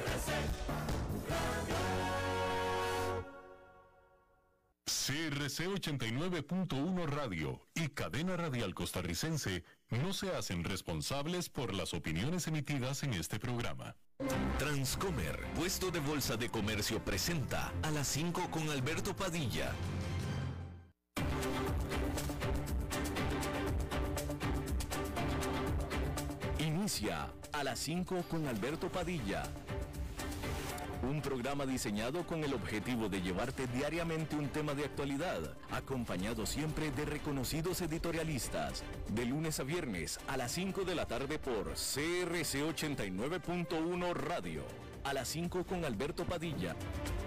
CRC 89.1 Radio y Cadena Radial Costarricense no se hacen responsables por las opiniones emitidas en este programa. Transcomer, puesto de bolsa de comercio, presenta a las 5 con Alberto Padilla. Inicia a las 5 con Alberto Padilla. Un programa diseñado con el objetivo de llevarte diariamente un tema de actualidad, acompañado siempre de reconocidos editorialistas, de lunes a viernes a las 5 de la tarde por CRC 89.1 Radio. A las 5 con Alberto Padilla.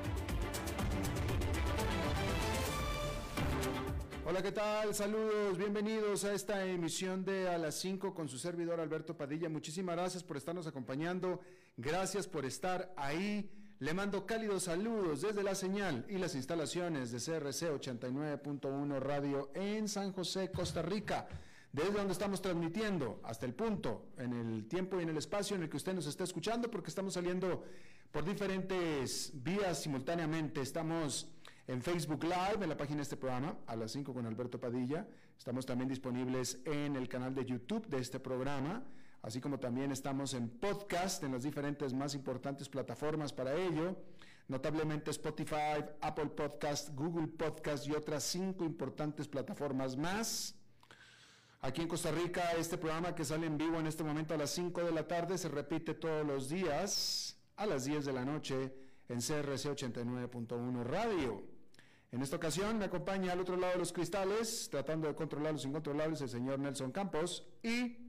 Hola, ¿qué tal? Saludos, bienvenidos a esta emisión de A las 5 con su servidor Alberto Padilla. Muchísimas gracias por estarnos acompañando, gracias por estar ahí. Le mando cálidos saludos desde la señal y las instalaciones de CRC 89.1 Radio en San José, Costa Rica, desde donde estamos transmitiendo hasta el punto, en el tiempo y en el espacio en el que usted nos está escuchando, porque estamos saliendo por diferentes vías simultáneamente. Estamos en Facebook Live, en la página de este programa, a las 5 con Alberto Padilla. Estamos también disponibles en el canal de YouTube de este programa, así como también estamos en podcast, en las diferentes más importantes plataformas para ello, notablemente Spotify, Apple Podcast, Google Podcast y otras 5 importantes plataformas más. Aquí en Costa Rica, este programa que sale en vivo en este momento a las 5 de la tarde se repite todos los días a las 10 de la noche en CRC 89.1 Radio. En esta ocasión me acompaña al otro lado de los cristales, tratando de controlar los incontrolables, el señor Nelson Campos, y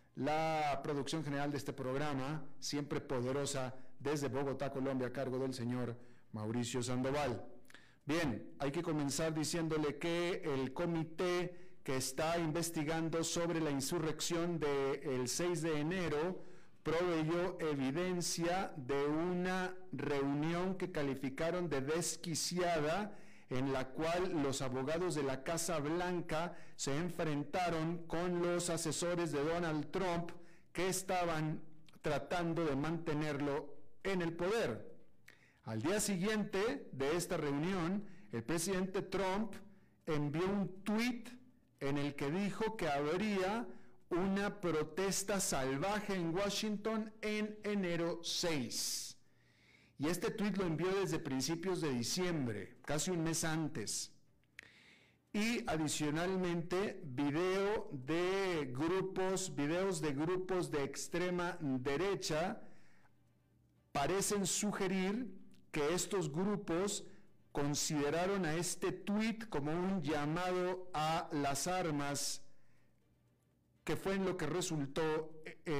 la producción general de este programa, siempre poderosa, desde Bogotá, Colombia, a cargo del señor Mauricio Sandoval. Bien, hay que comenzar diciéndole que el comité que está investigando sobre la insurrección del 6 de enero proveyó evidencia de una reunión que calificaron de desquiciada, en la cual los abogados de la Casa Blanca se enfrentaron con los asesores de Donald Trump, que estaban tratando de mantenerlo en el poder. Al día siguiente de esta reunión, el presidente Trump envió un tuit en el que dijo que habría una protesta salvaje en Washington en enero 6. Y este tuit lo envió desde principios de diciembre, casi un mes antes. Y adicionalmente, videos de grupos de extrema derecha parecen sugerir que estos grupos consideraron a este tuit como un llamado a las armas, que fue en lo que resultó,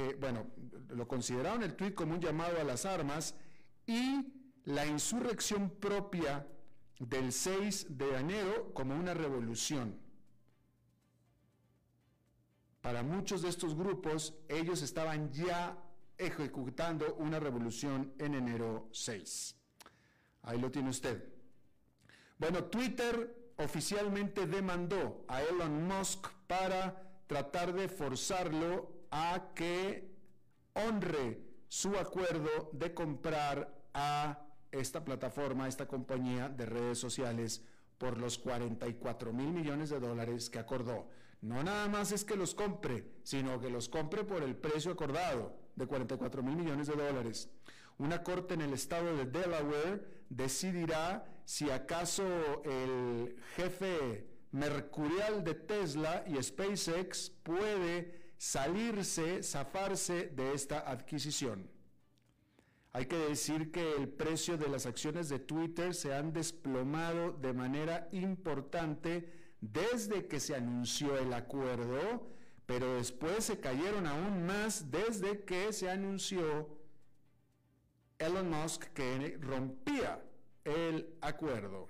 lo consideraron el tuit como un llamado a las armas, y la insurrección propia del 6 de enero como una revolución. Para muchos de estos grupos, ellos estaban ya ejecutando una revolución en enero 6. Ahí lo tiene usted. Bueno, Twitter oficialmente demandó a Elon Musk para tratar de forzarlo a que honre su acuerdo de comprar a esta plataforma, a esta compañía de redes sociales, por los $44 mil millones que acordó. No nada más es que los compre, sino que los compre por el precio acordado de $44 mil millones. Una corte en el estado de Delaware decidirá si acaso el jefe mercurial de Tesla y SpaceX puede zafarse de esta adquisición. Hay que decir que el precio de las acciones de Twitter se han desplomado de manera importante desde que se anunció el acuerdo, pero después se cayeron aún más desde que se anunció Elon Musk que rompía el acuerdo.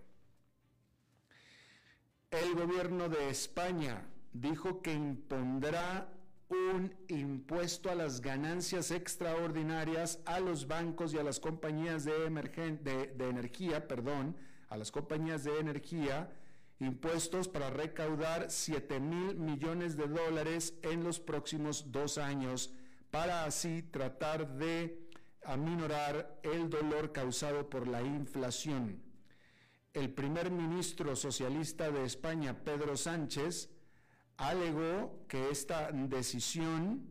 El gobierno de España dijo que impondrá un impuesto a las ganancias extraordinarias a los bancos y a las compañías de energía, a las compañías de energía, impuestos para recaudar $7,000 millones en los próximos 2 años, para así tratar de aminorar el dolor causado por la inflación. El primer ministro socialista de España, Pedro Sánchez, alegó que esta decisión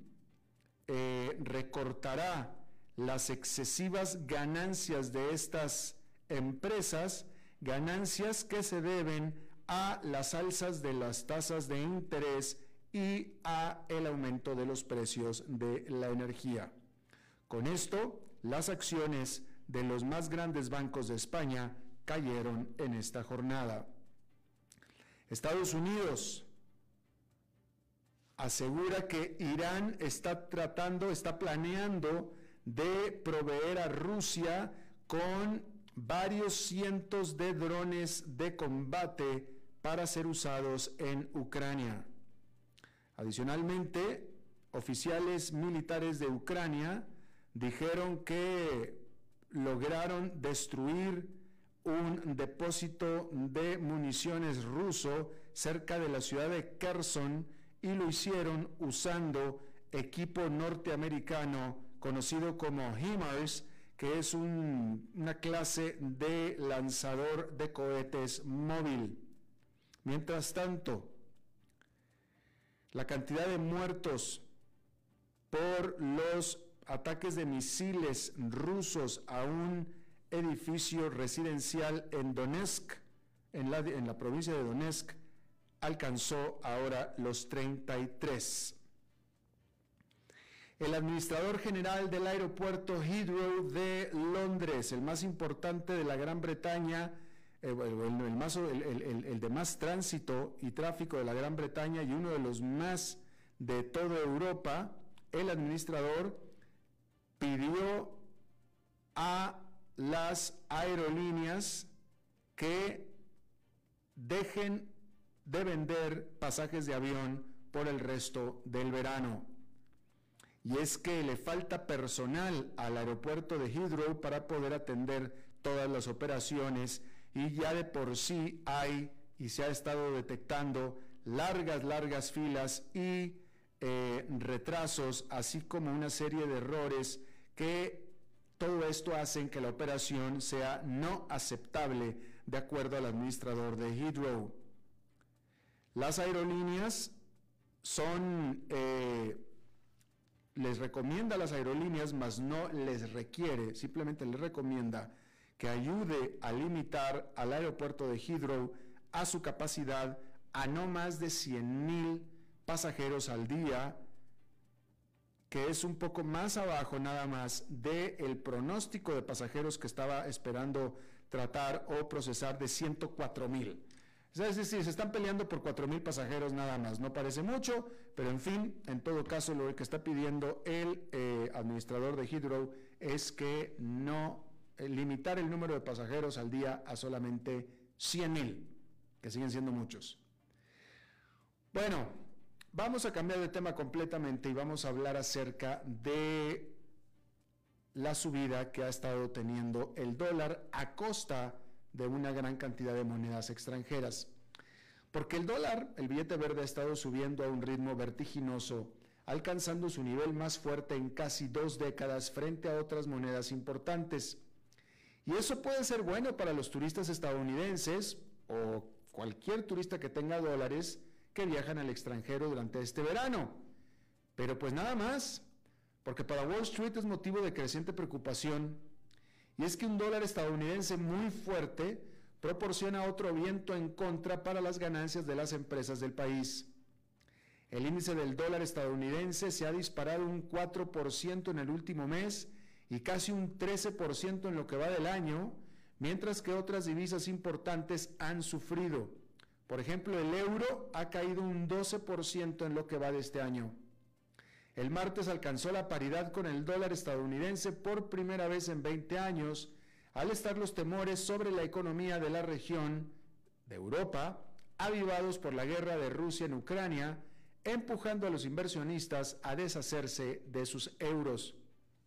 recortará las excesivas ganancias de estas empresas, ganancias que se deben a las alzas de las tasas de interés y a el aumento de los precios de la energía. Con esto, las acciones de los más grandes bancos de España cayeron en esta jornada. Estados Unidos asegura que Irán está planeando de proveer a Rusia con varios cientos de drones de combate para ser usados en Ucrania. Adicionalmente, oficiales militares de Ucrania dijeron que lograron destruir un depósito de municiones ruso cerca de la ciudad de Kherson y lo hicieron usando equipo norteamericano conocido como HIMARS, que es una clase de lanzador de cohetes móvil. Mientras tanto, la cantidad de muertos por los ataques de misiles rusos a un edificio residencial en Donetsk, en la provincia de Donetsk, alcanzó ahora los 33. El administrador general del aeropuerto Heathrow de Londres, el más importante de la Gran Bretaña, el de más tránsito y tráfico de la Gran Bretaña y uno de los más de toda Europa, el administrador pidió a las aerolíneas que dejen de vender pasajes de avión por el resto del verano. Y es que le falta personal al aeropuerto de Heathrow para poder atender todas las operaciones y ya de por sí hay y se ha estado detectando largas filas y retrasos, así como una serie de errores que todo esto hace que la operación sea no aceptable de acuerdo al administrador de Heathrow. Las aerolíneas les recomienda a las aerolíneas, mas no les requiere, simplemente les recomienda que ayude a limitar al aeropuerto de Heathrow a su capacidad a no más de 100,000 pasajeros al día, que es un poco más abajo nada más del pronóstico de pasajeros que estaba esperando tratar o procesar de 104,000. Es decir, se están peleando por 4,000 pasajeros nada más, no parece mucho, pero en fin, en todo caso lo que está pidiendo el administrador de Heathrow es que no limitar el número de pasajeros al día a solamente 100,000, que siguen siendo muchos. Bueno, vamos a cambiar de tema completamente y vamos a hablar acerca de la subida que ha estado teniendo el dólar a costa de una gran cantidad de monedas extranjeras. Porque el dólar, el billete verde, ha estado subiendo a un ritmo vertiginoso, alcanzando su nivel más fuerte en casi 2 décadas frente a otras monedas importantes. Y eso puede ser bueno para los turistas estadounidenses o cualquier turista que tenga dólares que viajan al extranjero durante este verano. Pero pues nada más, porque para Wall Street es motivo de creciente preocupación. Y es que un dólar estadounidense muy fuerte proporciona otro viento en contra para las ganancias de las empresas del país. El índice del dólar estadounidense se ha disparado un 4% en el último mes y casi un 13% en lo que va del año, mientras que otras divisas importantes han sufrido. Por ejemplo, el euro ha caído un 12% en lo que va de este año. El martes alcanzó la paridad con el dólar estadounidense por primera vez en 20 años, al estar los temores sobre la economía de la región de Europa, avivados por la guerra de Rusia en Ucrania, empujando a los inversionistas a deshacerse de sus euros.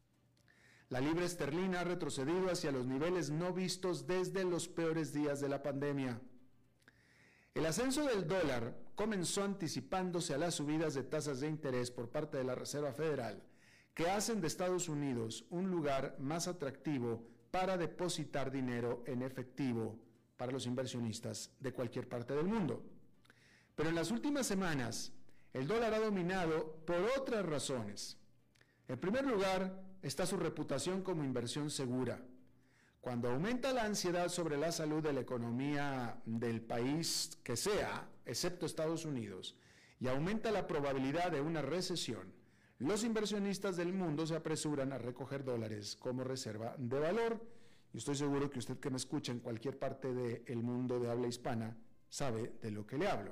La libra esterlina ha retrocedido hacia los niveles no vistos desde los peores días de la pandemia. El ascenso del dólar comenzó anticipándose a las subidas de tasas de interés por parte de la Reserva Federal, que hacen de Estados Unidos un lugar más atractivo para depositar dinero en efectivo para los inversionistas de cualquier parte del mundo. Pero en las últimas semanas, el dólar ha dominado por otras razones. En primer lugar, está su reputación como inversión segura. Cuando aumenta la ansiedad sobre la salud de la economía del país que sea, excepto Estados Unidos, y aumenta la probabilidad de una recesión, los inversionistas del mundo se apresuran a recoger dólares como reserva de valor. Y estoy seguro que usted que me escucha en cualquier parte del mundo de habla hispana sabe de lo que le hablo.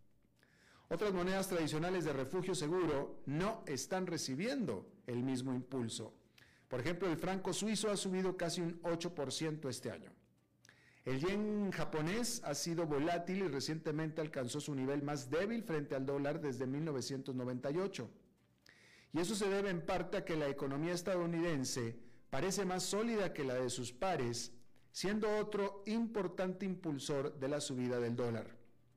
Otras monedas tradicionales de refugio seguro no están recibiendo el mismo impulso. Por ejemplo, el franco suizo ha subido casi un 8% este año. El yen japonés ha sido volátil y recientemente alcanzó su nivel más débil frente al dólar desde 1998. Y eso se debe en parte a que la economía estadounidense parece más sólida que la de sus pares, siendo otro importante impulsor de la subida del dólar.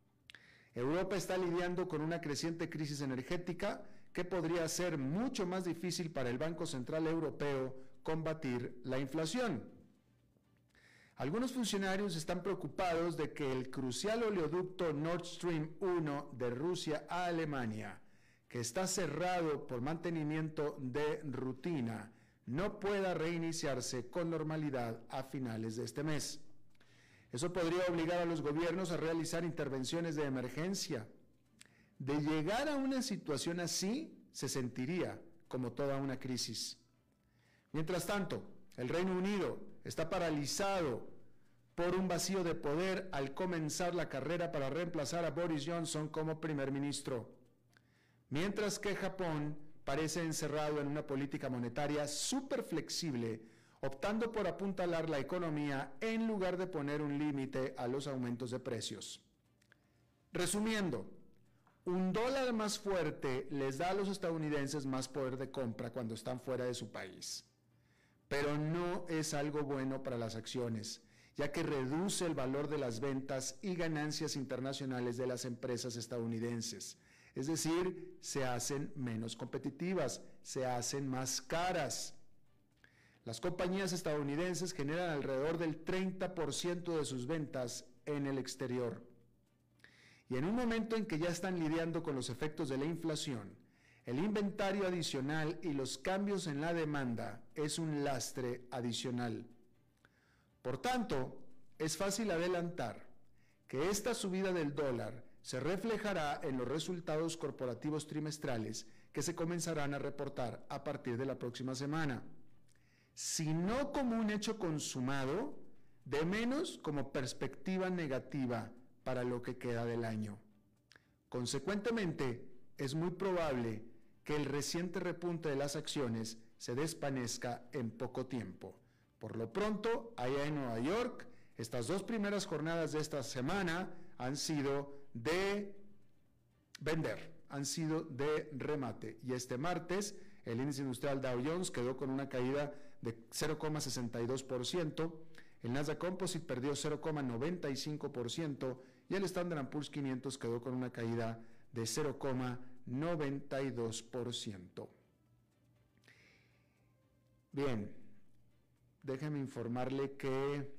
Europa está lidiando con una creciente crisis energética que podría hacer mucho más difícil para el Banco Central Europeo combatir la inflación. Algunos funcionarios están preocupados de que el crucial oleoducto Nord Stream 1 de Rusia a Alemania, que está cerrado por mantenimiento de rutina, no pueda reiniciarse con normalidad a finales de este mes. Eso podría obligar a los gobiernos a realizar intervenciones de emergencia. De llegar a una situación así, se sentiría como toda una crisis. Mientras tanto, el Reino Unido está paralizado por un vacío de poder al comenzar la carrera para reemplazar a Boris Johnson como primer ministro. Mientras que Japón parece encerrado en una política monetaria súper flexible, optando por apuntalar la economía en lugar de poner un límite a los aumentos de precios. Resumiendo, un dólar más fuerte les da a los estadounidenses más poder de compra cuando están fuera de su país. Pero no es algo bueno para las acciones, ya que reduce el valor de las ventas y ganancias internacionales de las empresas estadounidenses. Es decir, se hacen menos competitivas, se hacen más caras. Las compañías estadounidenses generan alrededor del 30% de sus ventas en el exterior. Y en un momento en que ya están lidiando con los efectos de la inflación, el inventario adicional y los cambios en la demanda es un lastre adicional. Por tanto, es fácil adelantar que esta subida del dólar se reflejará en los resultados corporativos trimestrales que se comenzarán a reportar a partir de la próxima semana. Si no como un hecho consumado, de menos como perspectiva negativa para lo que queda del año. Consecuentemente, es muy probable que el reciente repunte de las acciones se desvanezca en poco tiempo. Por lo pronto, allá en Nueva York, estas dos primeras jornadas de esta semana han sido de vender, han sido de remate. Y este martes, el índice industrial Dow Jones quedó con una caída de 0,62%, el Nasdaq Composite perdió 0,95% y el Standard & Poor's 500 quedó con una caída de 0,92%. Bien, déjeme informarle que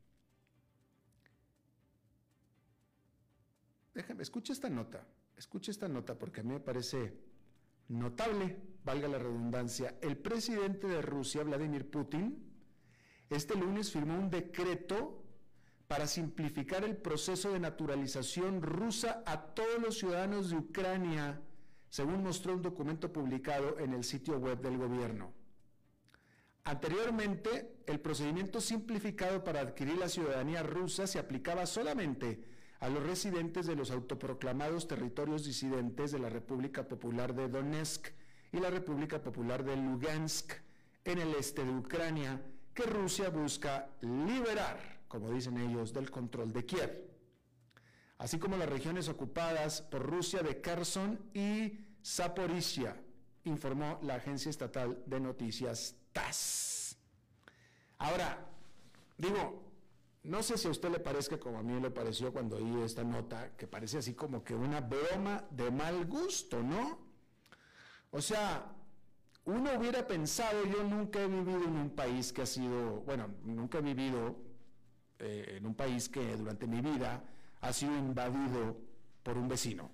escuche esta nota porque a mí me parece notable, valga la redundancia. El presidente de Rusia, Vladimir Putin, este lunes firmó un decreto para simplificar el proceso de naturalización rusa a todos los ciudadanos de Ucrania, según mostró un documento publicado en el sitio web del gobierno. Anteriormente, el procedimiento simplificado para adquirir la ciudadanía rusa se aplicaba solamente a los residentes de los autoproclamados territorios disidentes de la República Popular de Donetsk y la República Popular de Lugansk en el este de Ucrania, que Rusia busca liberar, como dicen ellos, del control de Kiev, así como las regiones ocupadas por Rusia de Kherson y Zaporizhia, informó la agencia estatal de noticias TASS. Ahora, no sé si a usted le parezca como a mí le pareció cuando oí esta nota, que parece así como que una broma de mal gusto, ¿no? O sea, uno hubiera pensado, yo nunca he vivido en un país que ha sido, bueno, nunca he vivido en un país que durante mi vida ha sido invadido por un vecino.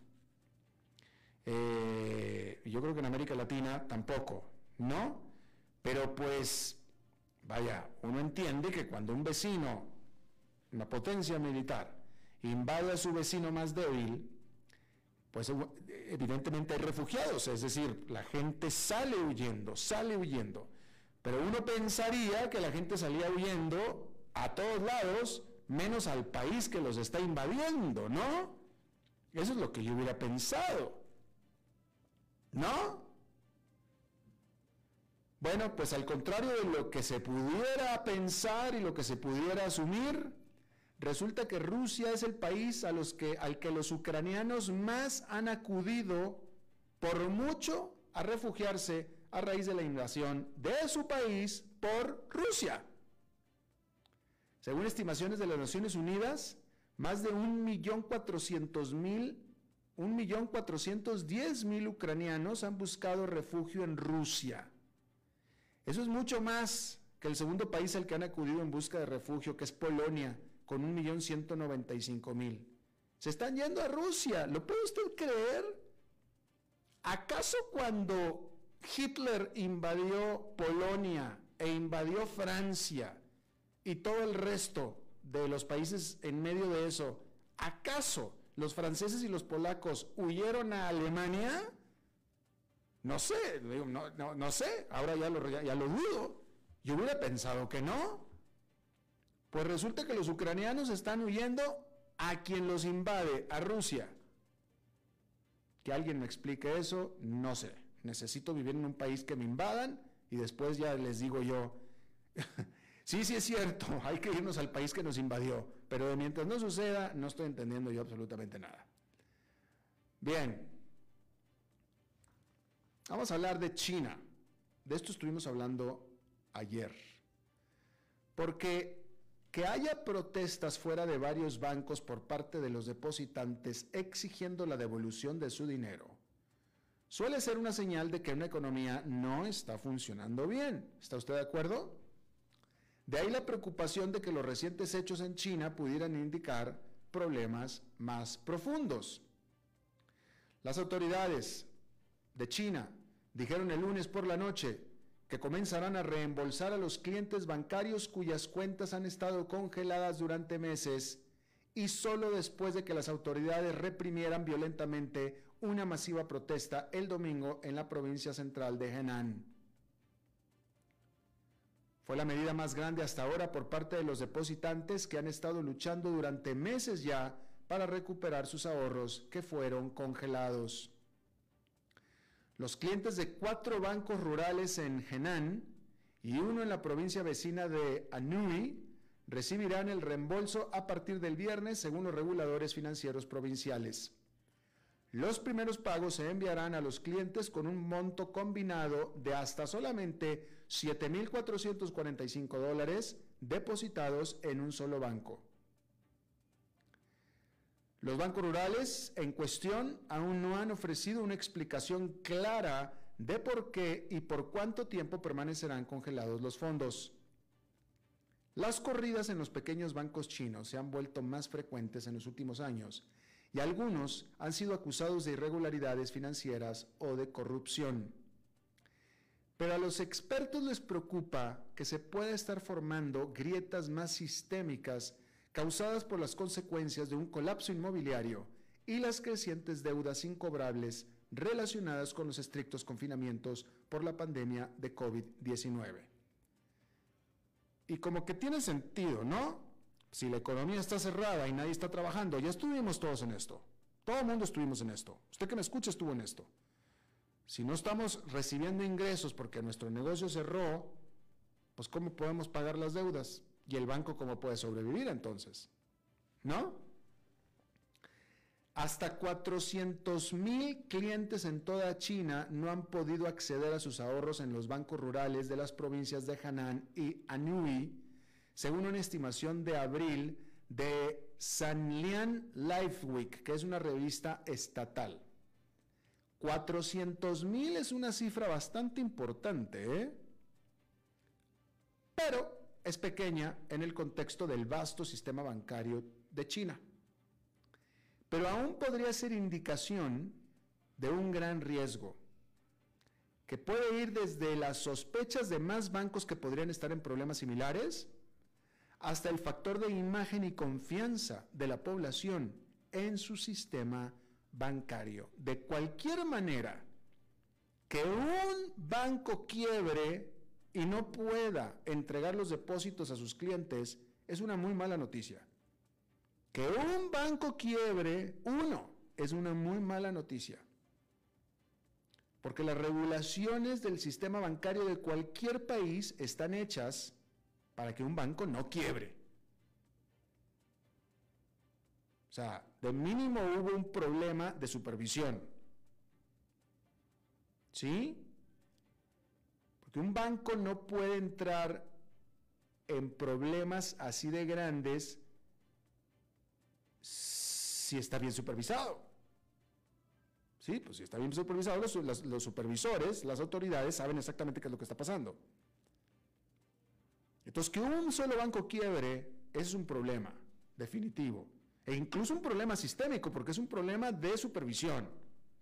Yo creo que en América Latina tampoco, ¿no? Pero pues, vaya, uno entiende que cuando un vecino, una potencia militar, invade a su vecino más débil, pues evidentemente hay refugiados, es decir, la gente sale huyendo, pero uno pensaría que la gente salía huyendo a todos lados, menos al país que los está invadiendo, ¿no? Eso es lo que yo hubiera pensado, ¿no? Bueno, pues al contrario de lo que se pudiera pensar y lo que se pudiera asumir, resulta que Rusia es el país al que los ucranianos más han acudido por mucho a refugiarse a raíz de la invasión de su país por Rusia. Según estimaciones de las Naciones Unidas, más de 1.410.000 ucranianos han buscado refugio en Rusia. Eso es mucho más que el segundo país al que han acudido en busca de refugio, que es Polonia, con 1.195.000. Se están yendo a Rusia, ¿lo puede usted creer? ¿Acaso cuando Hitler invadió Polonia e invadió Francia y todo el resto de los países en medio de eso, acaso los franceses y los polacos huyeron a Alemania? No sé, no sé, ahora ya lo dudo. Yo hubiera pensado que no. Pues resulta que los ucranianos están huyendo a quien los invade, a Rusia. Que alguien me explique eso, no sé. Necesito vivir en un país que me invadan y después ya les digo yo, sí es cierto, hay que irnos al país que nos invadió, pero mientras no suceda, no estoy entendiendo yo absolutamente nada. Bien, vamos a hablar de China. De esto estuvimos hablando ayer. Porque que haya protestas fuera de varios bancos por parte de los depositantes exigiendo la devolución de su dinero suele ser una señal de que una economía no está funcionando bien. ¿Está usted de acuerdo? De ahí la preocupación de que los recientes hechos en China pudieran indicar problemas más profundos. Las autoridades de China dijeron el lunes por la noche que comenzarán a reembolsar a los clientes bancarios cuyas cuentas han estado congeladas durante meses y solo después de que las autoridades reprimieran violentamente una masiva protesta el domingo en la provincia central de Henan. Fue la medida más grande hasta ahora por parte de los depositantes que han estado luchando durante meses ya para recuperar sus ahorros que fueron congelados. Los clientes de 4 bancos rurales en Henan y uno en la provincia vecina de Anhui recibirán el reembolso a partir del viernes, según los reguladores financieros provinciales. Los primeros pagos se enviarán a los clientes con un monto combinado de hasta solamente $7,445 depositados en un solo banco. Los bancos rurales en cuestión aún no han ofrecido una explicación clara de por qué y por cuánto tiempo permanecerán congelados los fondos. Las corridas en los pequeños bancos chinos se han vuelto más frecuentes en los últimos años y algunos han sido acusados de irregularidades financieras o de corrupción. Pero a los expertos les preocupa que se pueda estar formando grietas más sistémicas causadas por las consecuencias de un colapso inmobiliario y las crecientes deudas incobrables relacionadas con los estrictos confinamientos por la pandemia de COVID-19. Y como que tiene sentido, ¿no? Si la economía está cerrada y nadie está trabajando, ya estuvimos todos en esto. Todo el mundo estuvimos en esto. Usted que me escucha estuvo en esto. Si no estamos recibiendo ingresos porque nuestro negocio cerró, pues ¿cómo podemos pagar las deudas? ¿Y el banco cómo puede sobrevivir entonces? ¿No? Hasta 400,000 clientes en toda China no han podido acceder a sus ahorros en los bancos rurales de las provincias de Henan y Anhui, según una estimación de abril de Sanlian Lifeweek, que es una revista estatal. 400,000 es una cifra bastante importante, ¿eh? Pero es pequeña en el contexto del vasto sistema bancario de China. Pero aún podría ser indicación de un gran riesgo, que puede ir desde las sospechas de más bancos que podrían estar en problemas similares, hasta el factor de imagen y confianza de la población en su sistema bancario. De cualquier manera, que un banco quiebre y no pueda entregar los depósitos a sus clientes es una muy mala noticia. Que un banco quiebre, es una muy mala noticia. Porque las regulaciones del sistema bancario de cualquier país están hechas para que un banco no quiebre. O sea, de mínimo hubo un problema de supervisión. ¿Sí? Porque un banco no puede entrar en problemas así de grandes si está bien supervisado. Sí, pues si está bien supervisado, los supervisores, las autoridades saben exactamente qué es lo que está pasando. Entonces, que un solo banco quiebre es un problema definitivo, e incluso un problema sistémico, porque es un problema de supervisión.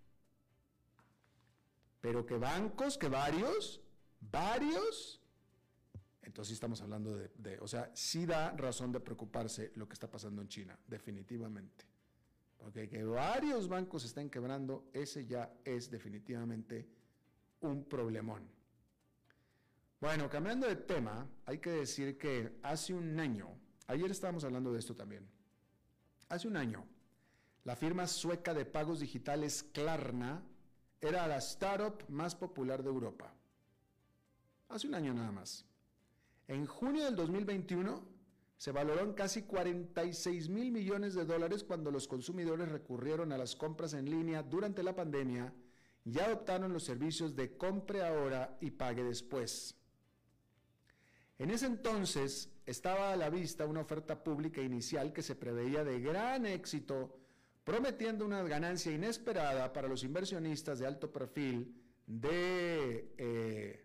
Pero que bancos, que varios, entonces sí estamos hablando o sea, sí da razón de preocuparse lo que está pasando en China, definitivamente. Porque que varios bancos estén quebrando, ese ya es definitivamente un problemón. Bueno, cambiando de tema, hay que decir que hace un año, ayer estábamos hablando de esto también, hace un año, la firma sueca de pagos digitales Klarna era la startup más popular de Europa. Hace un año nada más. En junio del 2021 se valoró en casi 46,000 millones de dólares cuando los consumidores recurrieron a las compras en línea durante la pandemia y adoptaron los servicios de compre ahora y pague después. En ese entonces estaba a la vista una oferta pública inicial que se preveía de gran éxito, prometiendo una ganancia inesperada para los inversionistas de alto perfil de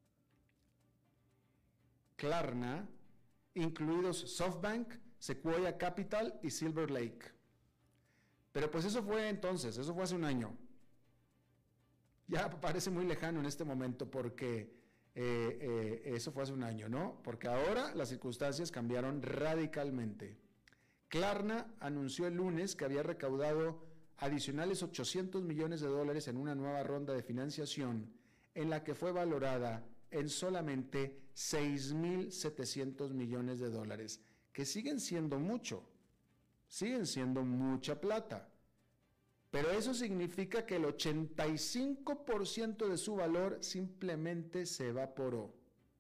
Klarna, incluidos SoftBank, Sequoia Capital y Silver Lake. Pero pues eso fue entonces, eso fue hace un año. Ya parece muy lejano en este momento porque eso fue hace un año, ¿no? Porque ahora las circunstancias cambiaron radicalmente. Klarna anunció el lunes que había recaudado adicionales 800 millones de dólares en una nueva ronda de financiación en la que fue valorada en solamente 6,700 millones de dólares, que siguen siendo mucho, siguen siendo mucha plata. Pero eso significa que el 85% de su valor simplemente se evaporó.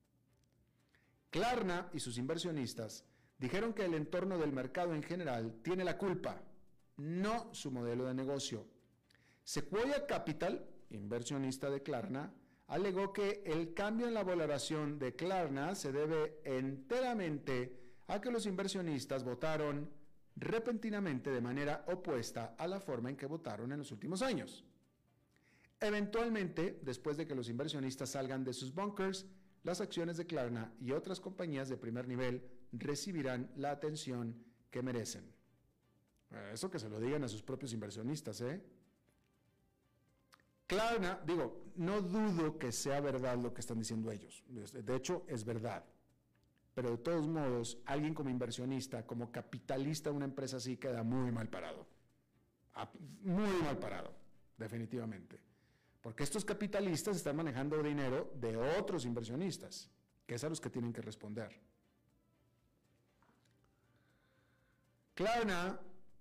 Klarna y sus inversionistas dijeron que el entorno del mercado en general tiene la culpa, no su modelo de negocio. Sequoia Capital, inversionista de Klarna, alegó que el cambio en la valoración de Klarna se debe enteramente a que los inversionistas votaron repentinamente de manera opuesta a la forma en que votaron en los últimos años. Eventualmente, después de que los inversionistas salgan de sus bunkers, las acciones de Klarna y otras compañías de primer nivel recibirán la atención que merecen. Eso que se lo digan a sus propios inversionistas, ¿eh? Klarna, no dudo que sea verdad lo que están diciendo ellos. De hecho, es verdad. Pero de todos modos, alguien como inversionista, como capitalista de una empresa así, queda muy mal parado. Muy mal parado, definitivamente. Porque estos capitalistas están manejando dinero de otros inversionistas, que es a los que tienen que responder. Klarna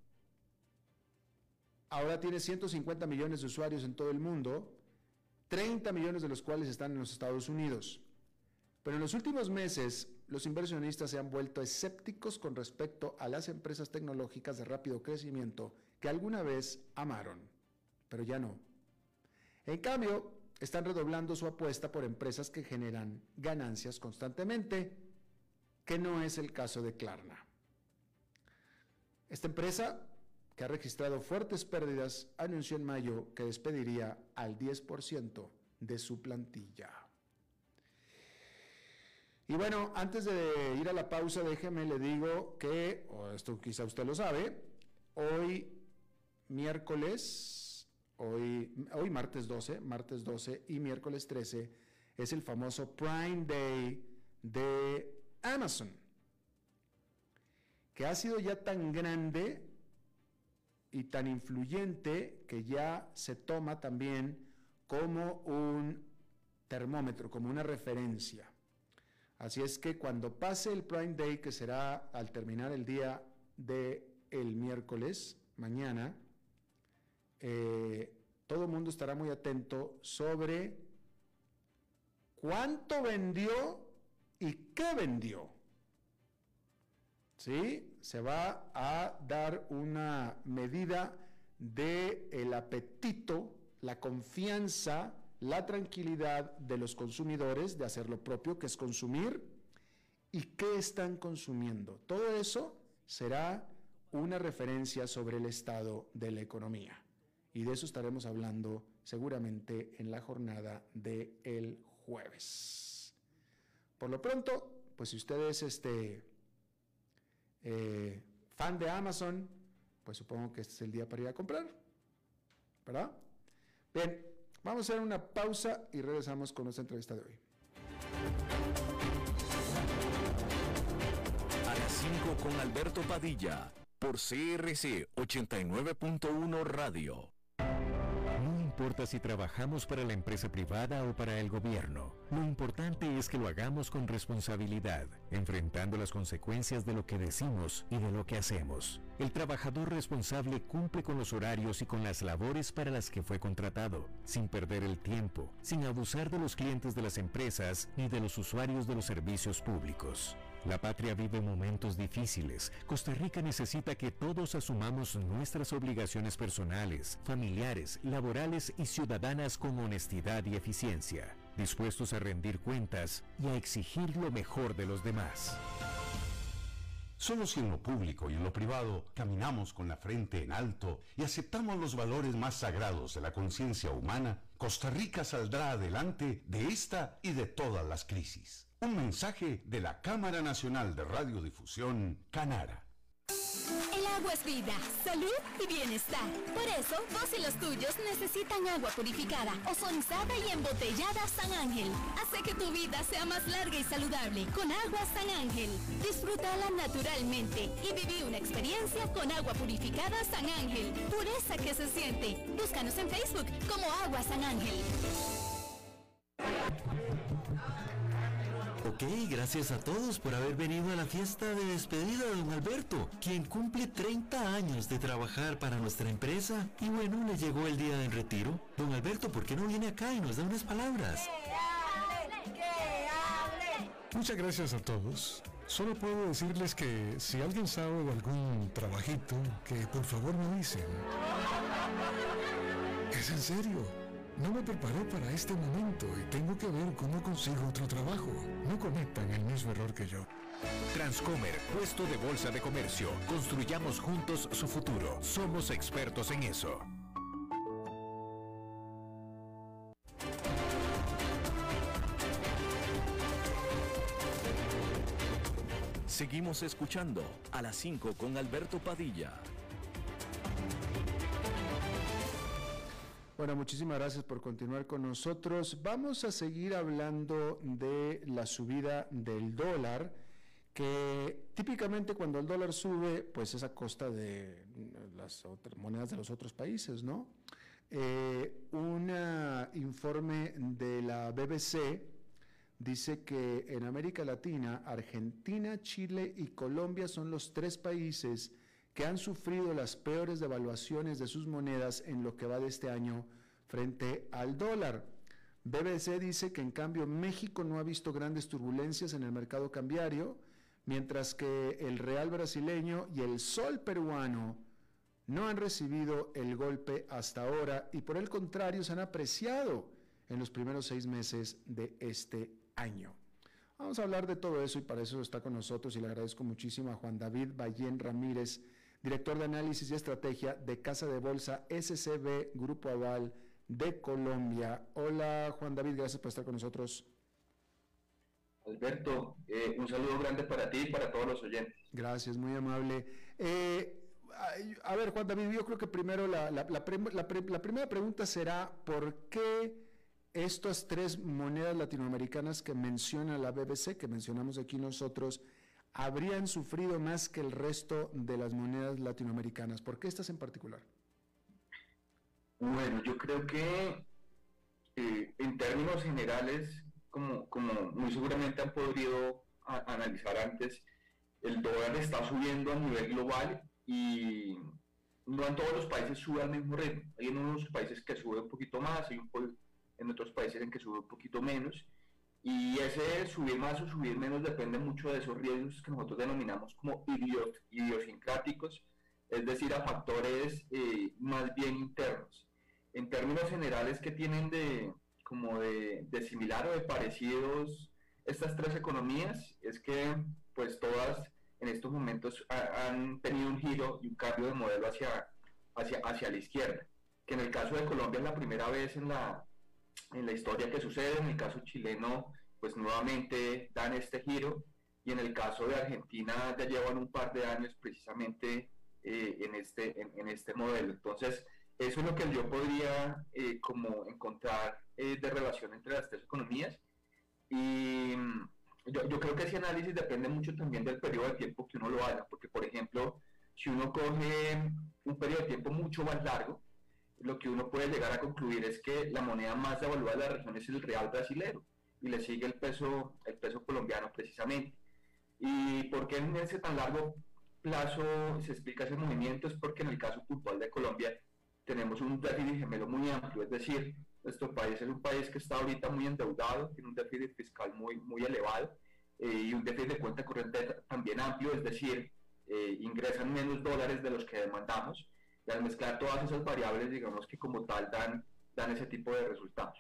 ahora tiene 150 millones de usuarios en todo el mundo, 30 millones de los cuales están en los Estados Unidos. Pero en los últimos meses, los inversionistas se han vuelto escépticos con respecto a las empresas tecnológicas de rápido crecimiento que alguna vez amaron, pero ya no. En cambio, están redoblando su apuesta por empresas que generan ganancias constantemente, que no es el caso de Klarna. Esta empresa, que ha registrado fuertes pérdidas, anunció en mayo que despediría al 10% de su plantilla. Y bueno, antes de ir a la pausa, déjeme le digo que, esto quizá usted lo sabe, hoy martes 12 y miércoles 13 es el famoso Prime Day de Amazon, que ha sido ya tan grande y tan influyente que ya se toma también como un termómetro, como una referencia. Así es que cuando pase el Prime Day, que será al terminar el día del miércoles, mañana, todo el mundo estará muy atento sobre cuánto vendió y qué vendió. ¿Sí? Se va a dar una medida del apetito, la confianza, la tranquilidad de los consumidores de hacer lo propio, que es consumir, y qué están consumiendo. Todo eso será una referencia sobre el estado de la economía. Y de eso estaremos hablando seguramente en la jornada del jueves. Por lo pronto, pues si usted es fan de Amazon, pues supongo que este es el día para ir a comprar, ¿verdad? Bien, vamos a hacer una pausa y regresamos con nuestra entrevista de hoy. A las 5 con Alberto Padilla, por CRC 89.1 Radio. No importa si trabajamos para la empresa privada o para el gobierno, lo importante es que lo hagamos con responsabilidad, enfrentando las consecuencias de lo que decimos y de lo que hacemos. El trabajador responsable cumple con los horarios y con las labores para las que fue contratado, sin perder el tiempo, sin abusar de los clientes de las empresas ni de los usuarios de los servicios públicos. La patria vive momentos difíciles. Costa Rica necesita que todos asumamos nuestras obligaciones personales, familiares, laborales y ciudadanas con honestidad y eficiencia, dispuestos a rendir cuentas y a exigir lo mejor de los demás. Solo si en lo público y en lo privado caminamos con la frente en alto y aceptamos los valores más sagrados de la conciencia humana, Costa Rica saldrá adelante de esta y de todas las crisis. Un mensaje de la Cámara Nacional de Radiodifusión, Canara. El agua es vida, salud y bienestar. Por eso, vos y los tuyos necesitan agua purificada, ozonizada y embotellada San Ángel. Hace que tu vida sea más larga y saludable con agua San Ángel. Disfrútala naturalmente y viví una experiencia con agua purificada San Ángel. Pureza que se siente. Búscanos en Facebook como Agua San Ángel. Ok, gracias a todos por haber venido a la fiesta de despedida de don Alberto, quien cumple 30 años de trabajar para nuestra empresa. Y bueno, le llegó el día del retiro. Don Alberto, ¿por qué no viene acá y nos da unas palabras? ¡Que hable! Muchas gracias a todos. Solo puedo decirles que si alguien sabe de algún trabajito, que por favor me dicen. Es en serio. No me preparé para este momento y tengo que ver cómo consigo otro trabajo. No cometan el mismo error que yo. Transcomer, puesto de bolsa de comercio. Construyamos juntos su futuro. Somos expertos en eso. Seguimos escuchando a las 5 con Alberto Padilla. Bueno, muchísimas gracias por continuar con nosotros. Vamos a seguir hablando de la subida del dólar, que típicamente cuando el dólar sube, pues es a costa de las otras monedas de los otros países, ¿no? Un informe de la BBC dice que en América Latina, Argentina, Chile y Colombia son los 3 países que han sufrido las peores devaluaciones de sus monedas en lo que va de este año frente al dólar. BBC dice que en cambio México no ha visto grandes turbulencias en el mercado cambiario, mientras que el real brasileño y el sol peruano no han recibido el golpe hasta ahora y por el contrario se han apreciado en los primeros 6 meses de este año. Vamos a hablar de todo eso y para eso está con nosotros y le agradezco muchísimo a Juan David Ballén Ramírez, director de análisis y estrategia de Casa de Bolsa SCB Grupo Aval de Colombia. Hola Juan David, gracias por estar con nosotros. Alberto, un saludo grande para ti y para todos los oyentes. Gracias, muy amable. A ver, Juan David, yo creo que primero la primera pregunta será ¿por qué estas tres monedas latinoamericanas que menciona la BBC, que mencionamos aquí nosotros, habrían sufrido más que el resto de las monedas latinoamericanas? ¿Por qué estas en particular? Bueno, yo creo que en términos generales, como muy seguramente han podido analizar antes, el dólar está subiendo a nivel global y no en todos los países sube al mismo ritmo. Hay en unos países que sube un poquito más, hay en otros países en que sube un poquito menos, y ese subir más o subir menos depende mucho de esos riesgos que nosotros denominamos como idiosincráticos, es decir, a factores más bien internos. En términos generales, ¿qué tienen de similar o de parecidos estas tres economías? Es que pues todas en estos momentos han tenido un giro y un cambio de modelo hacia la izquierda, que en el caso de Colombia es la primera vez en la historia que sucede. En el caso chileno pues nuevamente dan este giro, y en el caso de Argentina ya llevan un par de años precisamente en este modelo. Entonces eso es lo que yo podría como encontrar de relación entre las tres economías, y yo creo que ese análisis depende mucho también del periodo de tiempo que uno lo haga, porque por ejemplo, si uno coge un periodo de tiempo mucho más largo, lo que uno puede llegar a concluir es que la moneda más devaluada de la región es el real brasilero, y le sigue el peso colombiano precisamente. ¿Y por qué en ese tan largo plazo se explica ese movimiento? Es porque en el caso puntual de Colombia tenemos un déficit gemelo muy amplio, es decir, nuestro país es un país que está ahorita muy endeudado, tiene un déficit fiscal muy elevado, y un déficit de cuenta corriente también amplio, es decir, ingresan menos dólares de los que demandamos, y al mezclar todas esas variables, digamos que como tal dan ese tipo de resultados.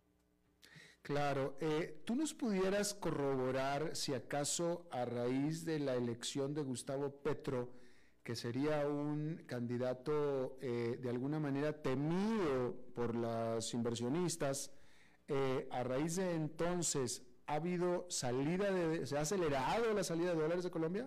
Claro, ¿tú nos pudieras corroborar si acaso a raíz de la elección de Gustavo Petro, que sería un candidato de alguna manera temido por los inversionistas, a raíz de entonces ha habido se ha acelerado la salida de dólares de Colombia?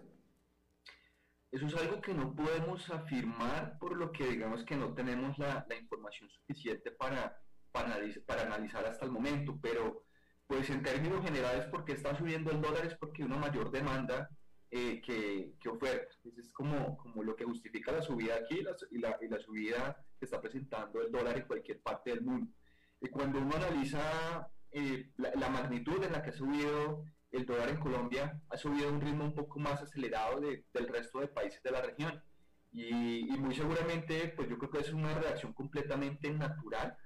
Eso es algo que no podemos afirmar, por lo que digamos que no tenemos la información suficiente para analizar hasta el momento, pero pues en términos generales, ¿por qué está subiendo el dólar? Es porque hay una mayor demanda que oferta. Es como lo que justifica la subida aquí y la subida que está presentando el dólar en cualquier parte del mundo. Cuando uno analiza la magnitud en la que ha subido el dólar en Colombia, ha subido a un ritmo un poco más acelerado del resto de países de la región, y muy seguramente pues yo creo que es una reacción completamente natural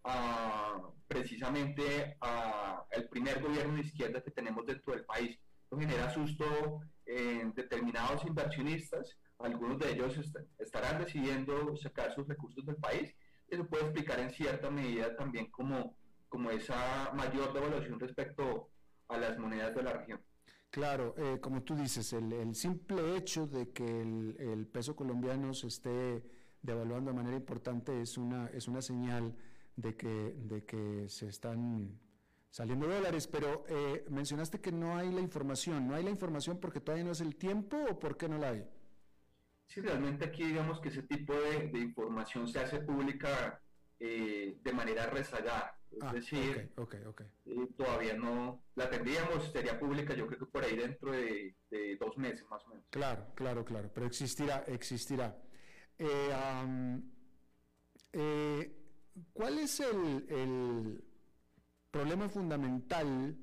precisamente al primer gobierno de izquierda que tenemos dentro del país. Esto genera susto en determinados inversionistas, algunos de ellos estarán decidiendo sacar sus recursos del país. Eso puede explicar en cierta medida también como esa mayor devaluación respecto a las monedas de la región. Claro, como tú dices, el simple hecho de que el peso colombiano se esté devaluando de manera importante es una señal de que se están saliendo dólares, pero mencionaste que no hay la información porque todavía no es el tiempo, ¿o por qué no la hay? Sí, realmente aquí digamos que ese tipo de información se hace pública de manera rezagada, es decir, todavía no la tendríamos, sería pública yo creo que por ahí dentro de 2 meses más o menos. Claro, pero existirá. ¿Cuál es el problema fundamental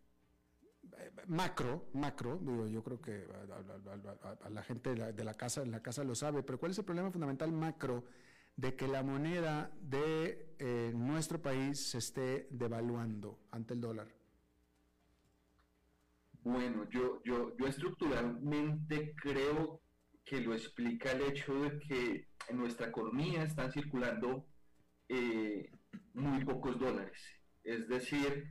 macro, digo, yo creo que a la gente de la casa lo sabe, pero ¿cuál es el problema fundamental macro de que la moneda de nuestro país se esté devaluando ante el dólar? Bueno, yo estructuralmente creo que lo explica el hecho de que en nuestra economía están circulando muy pocos dólares. Es decir,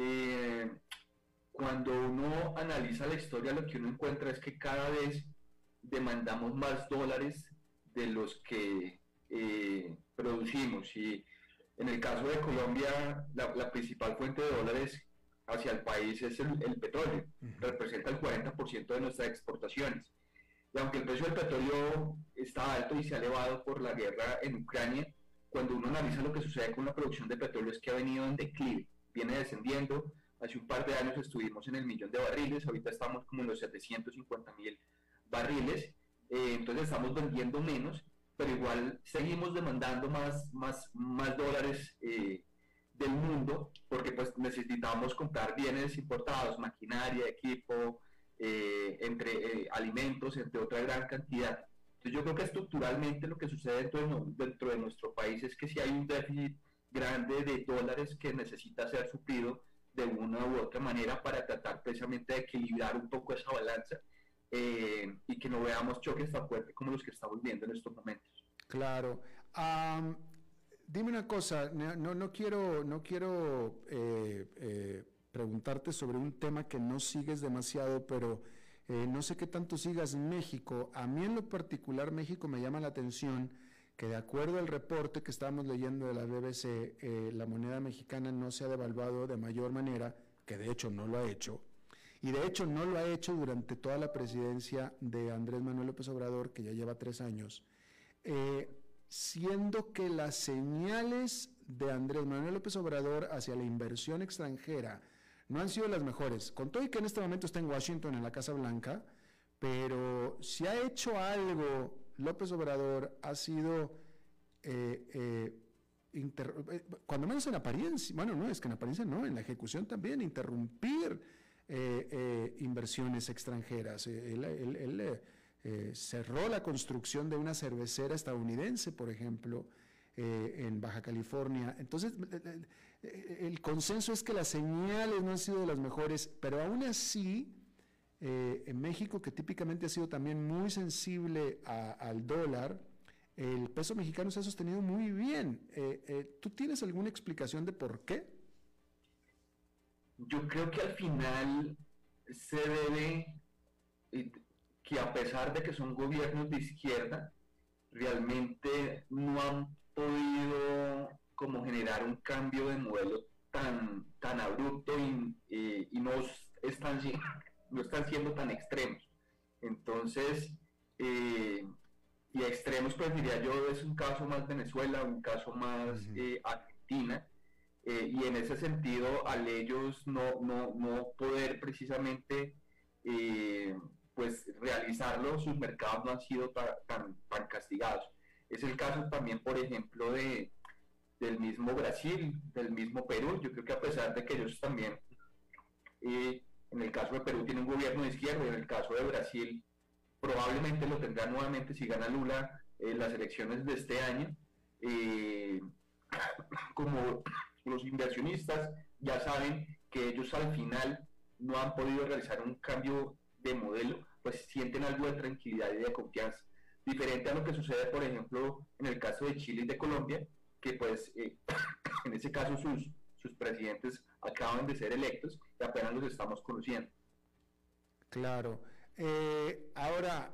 cuando uno analiza la historia, lo que uno encuentra es que cada vez demandamos más dólares de los que producimos. Y en el caso de Colombia, la principal fuente de dólares hacia el país es el petróleo, representa el 40% de nuestras exportaciones. Y aunque el precio del petróleo está alto y se ha elevado por la guerra en Ucrania, cuando uno analiza lo que sucede con la producción de petróleo es que ha venido en declive, viene descendiendo. Hace un par de años estuvimos en el 1.000.000 de barriles, ahorita estamos como en los 750.000 barriles, entonces estamos vendiendo menos, pero igual seguimos demandando más dólares del mundo, porque pues necesitamos comprar bienes importados, maquinaria, equipo, alimentos, entre otra gran cantidad. Entonces yo creo que estructuralmente lo que sucede dentro de nuestro país es que si hay un déficit grande de dólares que necesita ser suplido de una u otra manera para tratar precisamente de equilibrar un poco esa balanza y que no veamos choques tan fuertes como los que estamos viendo en estos momentos. Claro. Dime una cosa, no quiero preguntarte sobre un tema que no sigues demasiado, pero no sé qué tanto sigas México. A mí en lo particular México me llama la atención que de acuerdo al reporte que estábamos leyendo de la BBC, la moneda mexicana no se ha devaluado de mayor manera, que de hecho no lo ha hecho, y de hecho no lo ha hecho durante toda la presidencia de Andrés Manuel López Obrador, que ya lleva 3 años, siendo que las señales de Andrés Manuel López Obrador hacia la inversión extranjera no han sido las mejores, con todo y que en este momento está en Washington, en la Casa Blanca, pero si ha hecho algo López Obrador ha sido, cuando menos en apariencia, bueno, no, es que en apariencia no, en la ejecución también, interrumpir inversiones extranjeras. Él cerró la construcción de una cervecera estadounidense, por ejemplo, en Baja California. Entonces, el consenso es que las señales no han sido de las mejores, pero aún así, en México, que típicamente ha sido también muy sensible al dólar, el peso mexicano se ha sostenido muy bien. ¿Tú tienes alguna explicación de por qué? Yo creo que al final se debe que a pesar de que son gobiernos de izquierda, realmente no han podido como generar un cambio de modelo tan abrupto y no están siendo tan extremos. Entonces, y extremos, pues diría yo, es un caso más Venezuela, un caso más Argentina, y en ese sentido, al ellos no poder precisamente pues realizarlo, sus mercados no han sido tan castigados. Es el caso también, por ejemplo, del mismo Brasil, del mismo Perú. Yo creo que a pesar de que ellos también, en el caso de Perú tiene un gobierno de izquierda, y en el caso de Brasil probablemente lo tendrá nuevamente si gana Lula las elecciones de este año, como los inversionistas ya saben que ellos al final no han podido realizar un cambio de modelo, pues sienten algo de tranquilidad y de confianza, diferente a lo que sucede, por ejemplo, en el caso de Chile y de Colombia, que pues en ese caso sus presidentes acaban de ser electos y apenas los estamos conociendo. Claro. Ahora,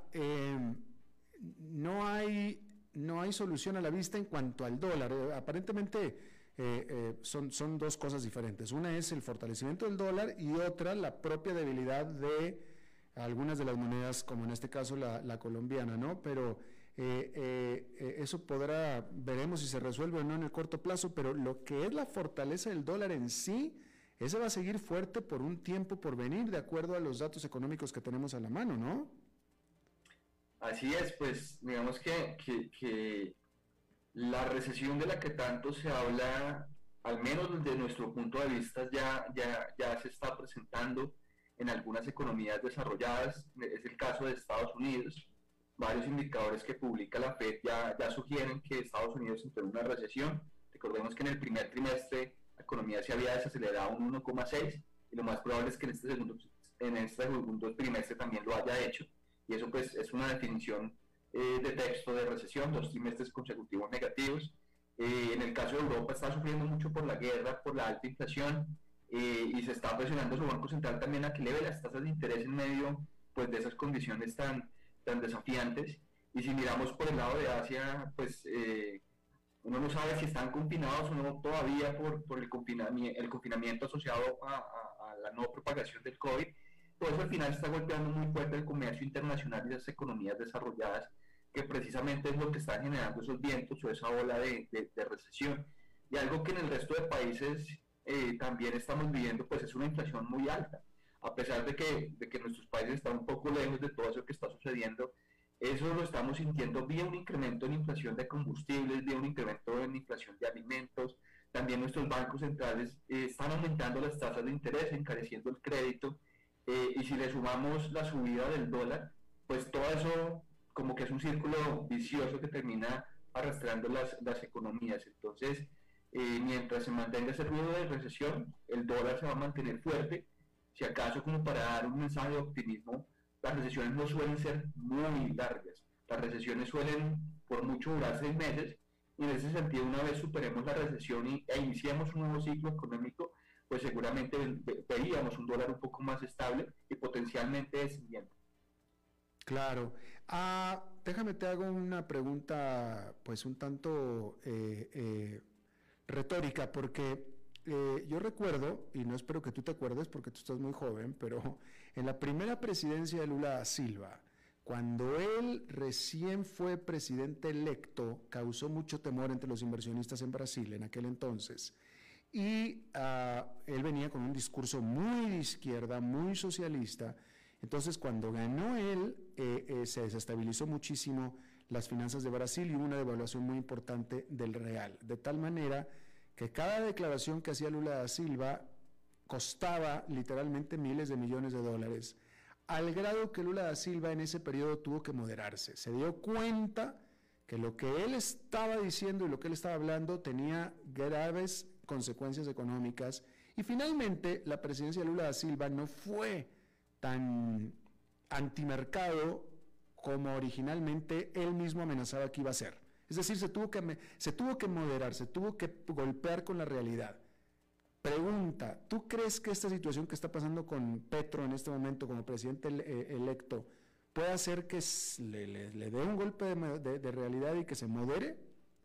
no hay solución a la vista en cuanto al dólar. Aparentemente son dos cosas diferentes. Una es el fortalecimiento del dólar y otra la propia debilidad de algunas de las monedas, como en este caso la colombiana, ¿no? Pero eso veremos si se resuelve o no en el corto plazo, pero lo que es la fortaleza del dólar en sí, ese va a seguir fuerte por un tiempo por venir, de acuerdo a los datos económicos que tenemos a la mano, ¿no? Así es, pues digamos que la recesión de la que tanto se habla, al menos desde nuestro punto de vista, ya se está presentando en algunas economías desarrolladas. Es el caso de Estados Unidos. Varios indicadores que publica la FED ya sugieren que Estados Unidos entró en una recesión. Recordemos que en el primer trimestre la economía se había desacelerado un 1,6 y lo más probable es que en este segundo trimestre también lo haya hecho, y eso pues es una definición de texto de recesión, 2 trimestres consecutivos negativos. En el caso de Europa está sufriendo mucho por la guerra, por la alta inflación, y se está presionando su Banco Central también a que eleve las tasas de interés en medio pues de esas condiciones tan tan desafiantes. Y si miramos por el lado de Asia, pues uno no sabe si están confinados o no todavía por el confinamiento asociado a la no propagación del COVID. Todo eso al final está golpeando muy fuerte el comercio internacional y las economías desarrolladas, que precisamente es lo que está generando esos vientos o esa ola de recesión. Y algo que en el resto de países también estamos viviendo, pues es una inflación muy alta. A pesar de que nuestros países están un poco lejos de todo eso que está sucediendo, eso lo estamos sintiendo vía un incremento en inflación de combustibles, vía un incremento en inflación de alimentos. También nuestros bancos centrales están aumentando las tasas de interés, encareciendo el crédito. Y si le sumamos la subida del dólar, pues todo eso como que es un círculo vicioso que termina arrastrando las economías. Entonces, mientras se mantenga ese ruido de recesión, el dólar se va a mantener fuerte. Si acaso, como para dar un mensaje de optimismo, las recesiones no suelen ser muy largas. Las recesiones suelen, por mucho, durar 6 meses. Y en ese sentido, una vez superemos la recesión e iniciemos un nuevo ciclo económico, pues seguramente veríamos un dólar un poco más estable y potencialmente descendiente. Claro. Déjame te hago una pregunta, pues un tanto retórica, porque yo recuerdo, y no espero que tú te acuerdes porque tú estás muy joven, pero en la primera presidencia de Lula da Silva, cuando él recién fue presidente electo, causó mucho temor entre los inversionistas en Brasil en aquel entonces. Y él venía con un discurso muy de izquierda, muy socialista. Entonces, cuando ganó él, se desestabilizó muchísimo las finanzas de Brasil y hubo una devaluación muy importante del real. De tal manera que cada declaración que hacía Lula da Silva costaba literalmente miles de millones de dólares, al grado que Lula da Silva en ese periodo tuvo que moderarse. Se dio cuenta que lo que él estaba diciendo y lo que él estaba hablando tenía graves consecuencias económicas, y finalmente la presidencia de Lula da Silva no fue tan antimercado como originalmente él mismo amenazaba que iba a ser. Es decir, se tuvo que moderar, se tuvo que golpear con la realidad. Pregunta, ¿tú crees que esta situación que está pasando con Petro en este momento como presidente electo puede hacer que le dé un golpe de realidad y que se modere?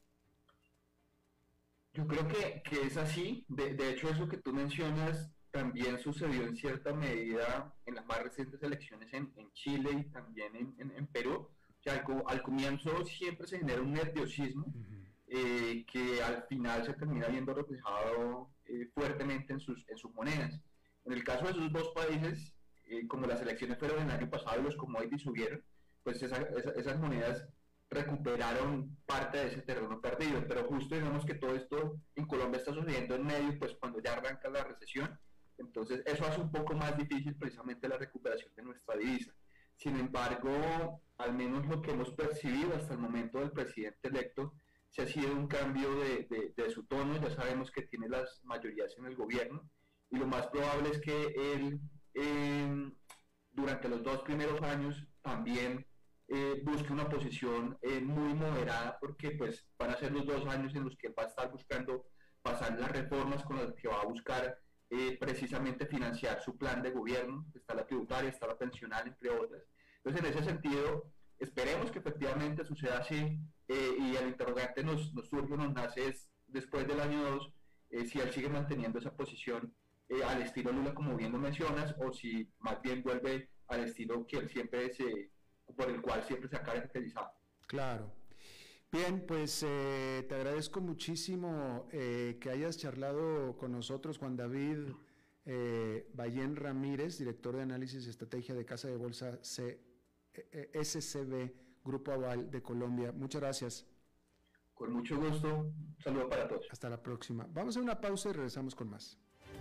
Yo creo que es así. De hecho, eso que tú mencionas también sucedió en cierta medida en las más recientes elecciones en Chile y también en Perú. O sea, al comienzo siempre se genera un nerviosismo que al final se termina viendo reflejado fuertemente en sus monedas. En el caso de esos dos países, como las elecciones fueron el año pasado y los commodities subieron, pues esas monedas recuperaron parte de ese terreno perdido, pero justo digamos que todo esto en Colombia está sucediendo en medio, pues cuando ya arranca la recesión, entonces eso hace un poco más difícil precisamente la recuperación de nuestra divisa. Sin embargo, al menos lo que hemos percibido hasta el momento del presidente electo, se ha sido un cambio de su tono. Ya sabemos que tiene las mayorías en el gobierno y lo más probable es que él durante los 2 primeros años también busque una posición muy moderada, porque pues van a ser los 2 años en los que va a estar buscando pasar las reformas con las que va a buscar precisamente financiar su plan de gobierno. Está la tributaria, está la pensional, entre otras. Entonces, en ese sentido, esperemos que efectivamente suceda así, y el interrogante nos surge, nos nace es, después del año 2, si él sigue manteniendo esa posición al estilo Lula, como bien lo mencionas, o si más bien vuelve al estilo que él siempre por el cual siempre se ha caracterizado. Claro. Bien, pues te agradezco muchísimo que hayas charlado con nosotros, Juan David Ballén Ramírez, director de análisis y estrategia de Casa de Bolsa SCB Grupo Aval de Colombia. Muchas gracias. Con mucho gusto. Un saludo para todos. Hasta la próxima. Vamos a una pausa y regresamos con más.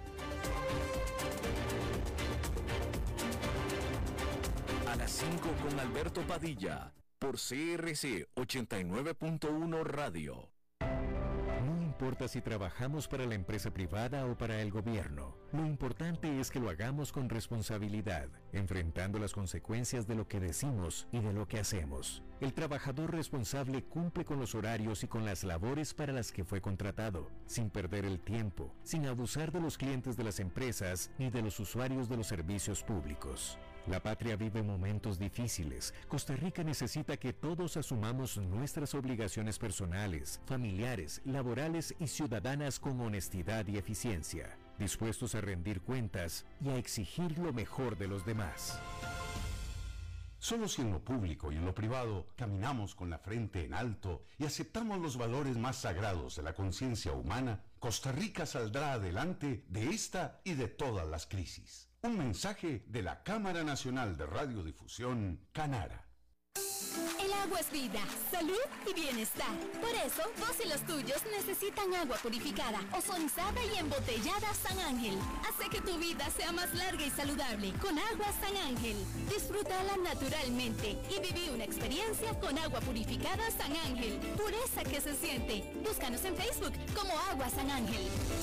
A las 5 con Alberto Padilla, por CRC 89.1 Radio. No importa si trabajamos para la empresa privada o para el gobierno, lo importante es que lo hagamos con responsabilidad, enfrentando las consecuencias de lo que decimos y de lo que hacemos. El trabajador responsable cumple con los horarios y con las labores para las que fue contratado, sin perder el tiempo, sin abusar de los clientes de las empresas ni de los usuarios de los servicios públicos. La patria vive momentos difíciles. Costa Rica necesita que todos asumamos nuestras obligaciones personales, familiares, laborales y ciudadanas con honestidad y eficiencia, dispuestos a rendir cuentas y a exigir lo mejor de los demás. Solo si en lo público y en lo privado caminamos con la frente en alto y aceptamos los valores más sagrados de la conciencia humana, Costa Rica saldrá adelante de esta y de todas las crisis. Un mensaje de la Cámara Nacional de Radiodifusión, Canara. El agua es vida, salud y bienestar. Por eso, vos y los tuyos necesitan agua purificada, ozonizada y embotellada San Ángel. Hace que tu vida sea más larga y saludable con agua San Ángel. Disfrútala naturalmente y viví una experiencia con agua purificada San Ángel. Pureza que se siente. Búscanos en Facebook como Agua San Ángel.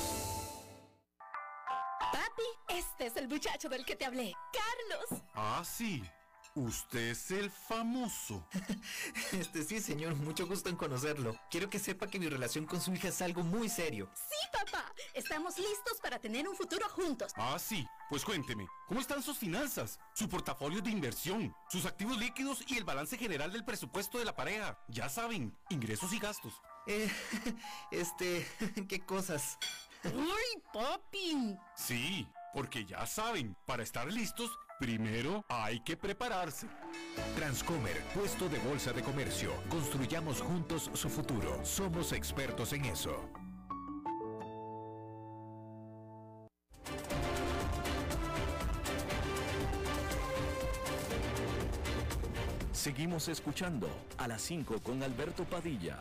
Papi, este es el muchacho del que te hablé, Carlos. Ah, sí. Usted es el famoso. Sí, señor, mucho gusto en conocerlo. Quiero que sepa que mi relación con su hija es algo muy serio. Sí, papá. Estamos listos para tener un futuro juntos. Ah, sí. Pues cuénteme, ¿cómo están sus finanzas? Su portafolio de inversión, sus activos líquidos y el balance general del presupuesto de la pareja. Ya saben, ingresos y gastos. ¿Qué cosas? ¡Uy, papi! Sí, porque ya saben, para estar listos, primero hay que prepararse. Transcomer, puesto de bolsa de comercio. Construyamos juntos su futuro. Somos expertos en eso. Seguimos escuchando a las 5 con Alberto Padilla.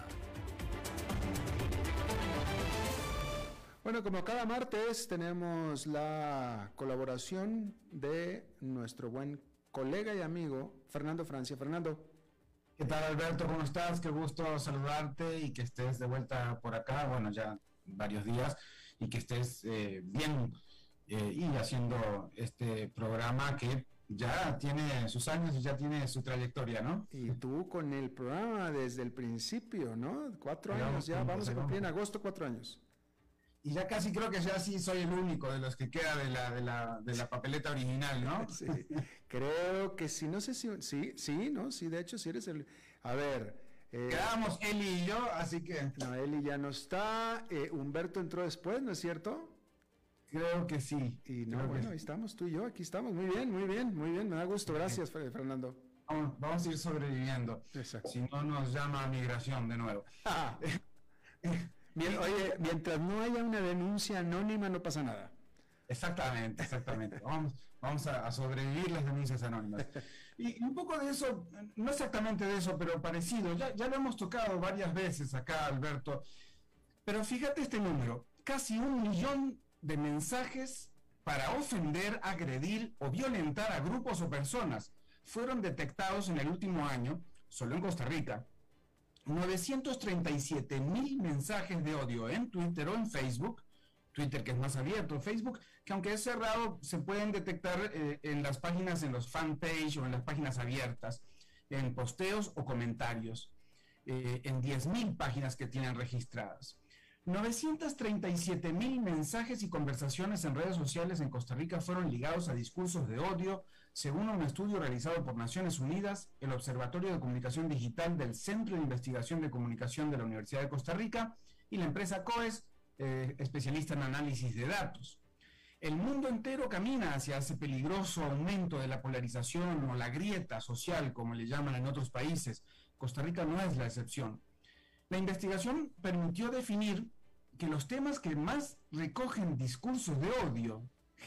Bueno, como cada martes tenemos la colaboración de nuestro buen colega y amigo Fernando Francia. Fernando. ¿Qué tal, Alberto? ¿Cómo estás? Qué gusto saludarte y que estés de vuelta por acá, bueno, ya varios días, y que estés bien y haciendo este programa que ya tiene sus años y ya tiene su trayectoria, ¿no? Y tú con el programa desde el principio, ¿no? 4 años ya, vamos a cumplir en agosto 4 años. Y ya casi creo que ya sí soy el único de los que queda de la papeleta original, ¿no? Sí, creo que sí, no sé si, sí, de hecho sí eres el... A ver... Quedamos Eli y yo, así que... No, Eli ya no está, Humberto entró después, ¿no es cierto? Creo que sí. Y no, bueno, ahí estamos tú y yo, aquí estamos, muy bien, me da gusto, gracias Fernando. Vamos a ir sobreviviendo. Exacto. Si no nos llama a migración de nuevo. Bien, oye, mientras no haya una denuncia anónima no pasa nada. Exactamente. Vamos a sobrevivir las denuncias anónimas. Y un poco de eso, no exactamente de eso, pero parecido. Ya lo hemos tocado varias veces acá, Alberto. Pero fíjate este número, casi 1 millón de mensajes para ofender, agredir o violentar a grupos o personas fueron detectados en el último año, solo en Costa Rica. 937,000 mensajes de odio en Twitter o en Facebook, Twitter que es más abierto, Facebook que aunque es cerrado se pueden detectar en las páginas, en los fanpage o en las páginas abiertas, en posteos o comentarios, en 10,000 páginas que tienen registradas. 937,000 mensajes y conversaciones en redes sociales en Costa Rica fueron ligados a discursos de odio, según un estudio realizado por Naciones Unidas, el Observatorio de Comunicación Digital del Centro de Investigación de Comunicación de la Universidad de Costa Rica y la empresa COES, especialista en análisis de datos. El mundo entero camina hacia ese peligroso aumento de la polarización o la grieta social, como le llaman en otros países. Costa Rica no es la excepción. La investigación permitió definir que los temas que más recogen discursos de odio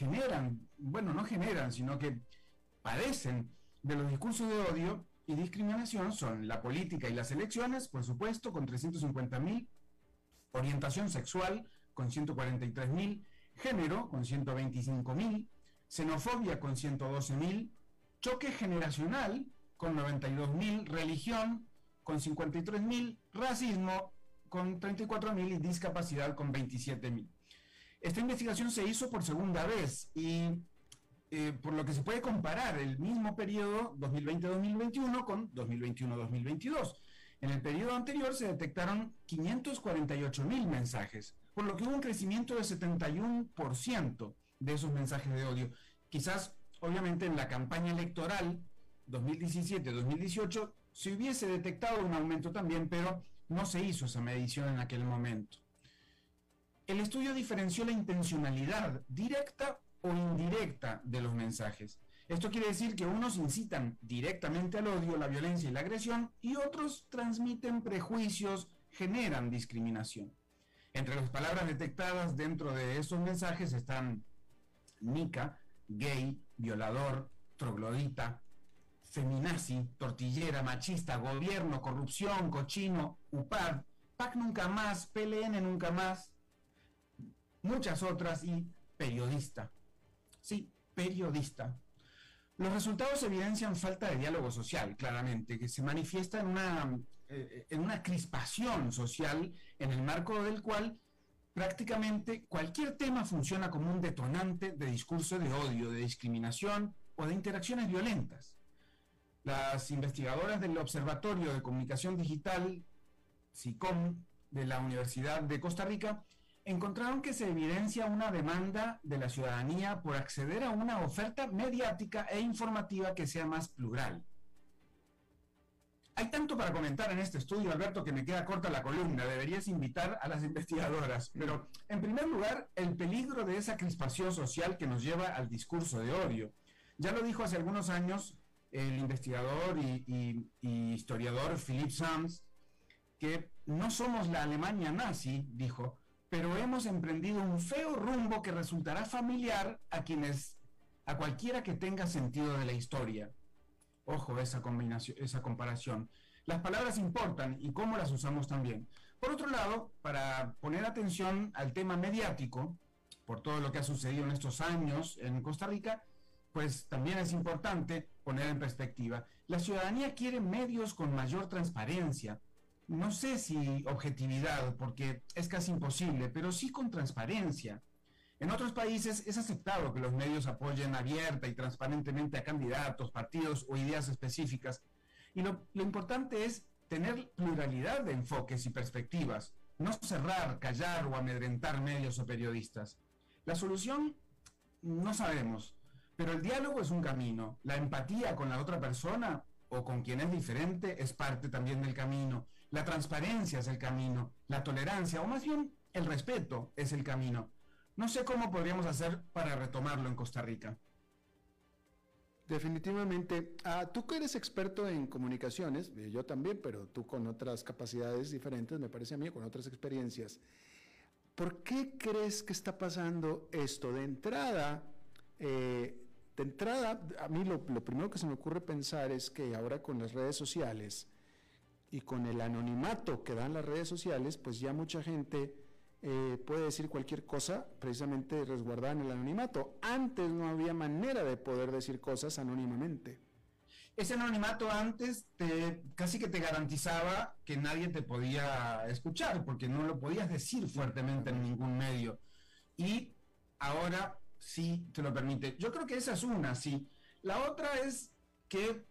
sino que padecen de los discursos de odio y discriminación son la política y las elecciones, por supuesto, con 350,000, orientación sexual, con 143,000, género, con 125,000, xenofobia, con 112,000, choque generacional, con 92,000, religión, con 53,000, racismo, con 34,000 y discapacidad, con 27,000. Esta investigación se hizo por segunda vez y por lo que se puede comparar el mismo periodo 2020-2021 con 2021-2022. En el periodo anterior se detectaron 548,000 mensajes, por lo que hubo un crecimiento de 71% de esos mensajes de odio. Quizás obviamente en la campaña electoral 2017-2018 se hubiese detectado un aumento también, pero no se hizo esa medición en aquel momento. El estudio diferenció la intencionalidad directa o indirecta de los mensajes. Esto quiere decir que unos incitan directamente al odio, la violencia y la agresión, y otros transmiten prejuicios, generan discriminación. Entre las palabras detectadas dentro de esos mensajes están nica, gay, violador, troglodita, feminazi, tortillera, machista, gobierno, corrupción, cochino, UPAD, PAC nunca más, PLN nunca más, muchas otras, y periodista. Sí, periodista. Los resultados evidencian falta de diálogo social, claramente, que se manifiesta en una crispación social en el marco del cual prácticamente cualquier tema funciona como un detonante de discurso de odio, de discriminación o de interacciones violentas. Las investigadoras del Observatorio de Comunicación Digital, SICOM, de la Universidad de Costa Rica, encontraron que se evidencia una demanda de la ciudadanía por acceder a una oferta mediática e informativa que sea más plural. Hay tanto para comentar en este estudio, Alberto, que me queda corta la columna. Deberías invitar a las investigadoras. Pero, en primer lugar, el peligro de esa crispación social que nos lleva al discurso de odio. Ya lo dijo hace algunos años el investigador y historiador Philippe Sands, que no somos la Alemania nazi, dijo, pero hemos emprendido un feo rumbo que resultará familiar a cualquiera que tenga sentido de la historia. Ojo, esa comparación. Las palabras importan y cómo las usamos también. Por otro lado, para poner atención al tema mediático, por todo lo que ha sucedido en estos años en Costa Rica, pues también es importante poner en perspectiva. La ciudadanía quiere medios con mayor transparencia. No sé si objetividad, porque es casi imposible, pero sí con transparencia. En otros países es aceptado que los medios apoyen abierta y transparentemente a candidatos, partidos o ideas específicas. Y lo importante es tener pluralidad de enfoques y perspectivas, no cerrar, callar o amedrentar medios o periodistas. La solución no sabemos, pero el diálogo es un camino. La empatía con la otra persona o con quien es diferente es parte también del camino. La transparencia es el camino, la tolerancia, o más bien el respeto es el camino. No sé cómo podríamos hacer para retomarlo en Costa Rica. Definitivamente. Tú que eres experto en comunicaciones, yo también, pero tú con otras capacidades diferentes, me parece a mí, con otras experiencias. ¿Por qué crees que está pasando esto? De entrada, a mí lo primero que se me ocurre pensar es que ahora con las redes sociales y con el anonimato que dan las redes sociales, pues ya mucha gente puede decir cualquier cosa precisamente resguardada en el anonimato. Antes no había manera de poder decir cosas anónimamente. Ese anonimato antes casi que te garantizaba que nadie te podía escuchar, porque no lo podías decir fuertemente en ningún medio. Y ahora sí te lo permite. Yo creo que esa es una, sí. La otra es que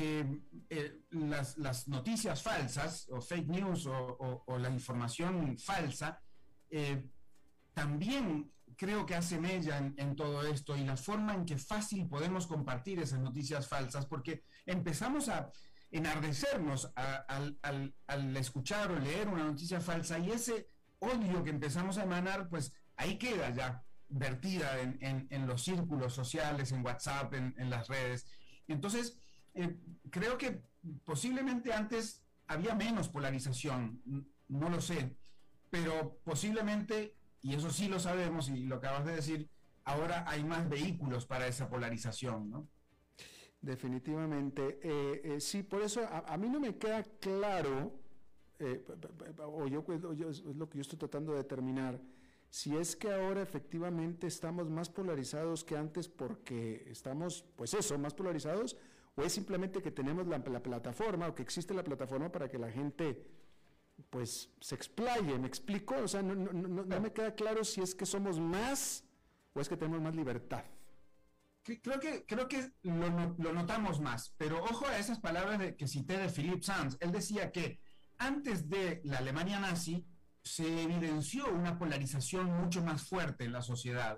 las noticias falsas, o fake news, o la información falsa, también creo que hace mella en todo esto, y la forma en que fácil podemos compartir esas noticias falsas, porque empezamos a enardecernos al escuchar o leer una noticia falsa, y ese odio que empezamos a emanar, pues ahí queda ya vertida en los círculos sociales, en WhatsApp, en las redes. Entonces, creo que posiblemente antes había menos polarización, no lo sé, pero posiblemente, y eso sí lo sabemos y lo acabas de decir, ahora hay más vehículos para esa polarización, ¿no? Definitivamente. Sí, por eso a mí no me queda claro, es lo que yo estoy tratando de determinar, si es que ahora efectivamente estamos más polarizados que antes porque estamos, pues eso, más polarizados, o es simplemente que tenemos la plataforma, o que existe la plataforma para que la gente pues se explaye. ¿Me explico? O sea, no me queda claro si es que somos más o es que tenemos más libertad. Creo que lo notamos más, pero ojo a esas palabras que cité de Philippe Sands. Él decía que antes de la Alemania nazi se evidenció una polarización mucho más fuerte en la sociedad.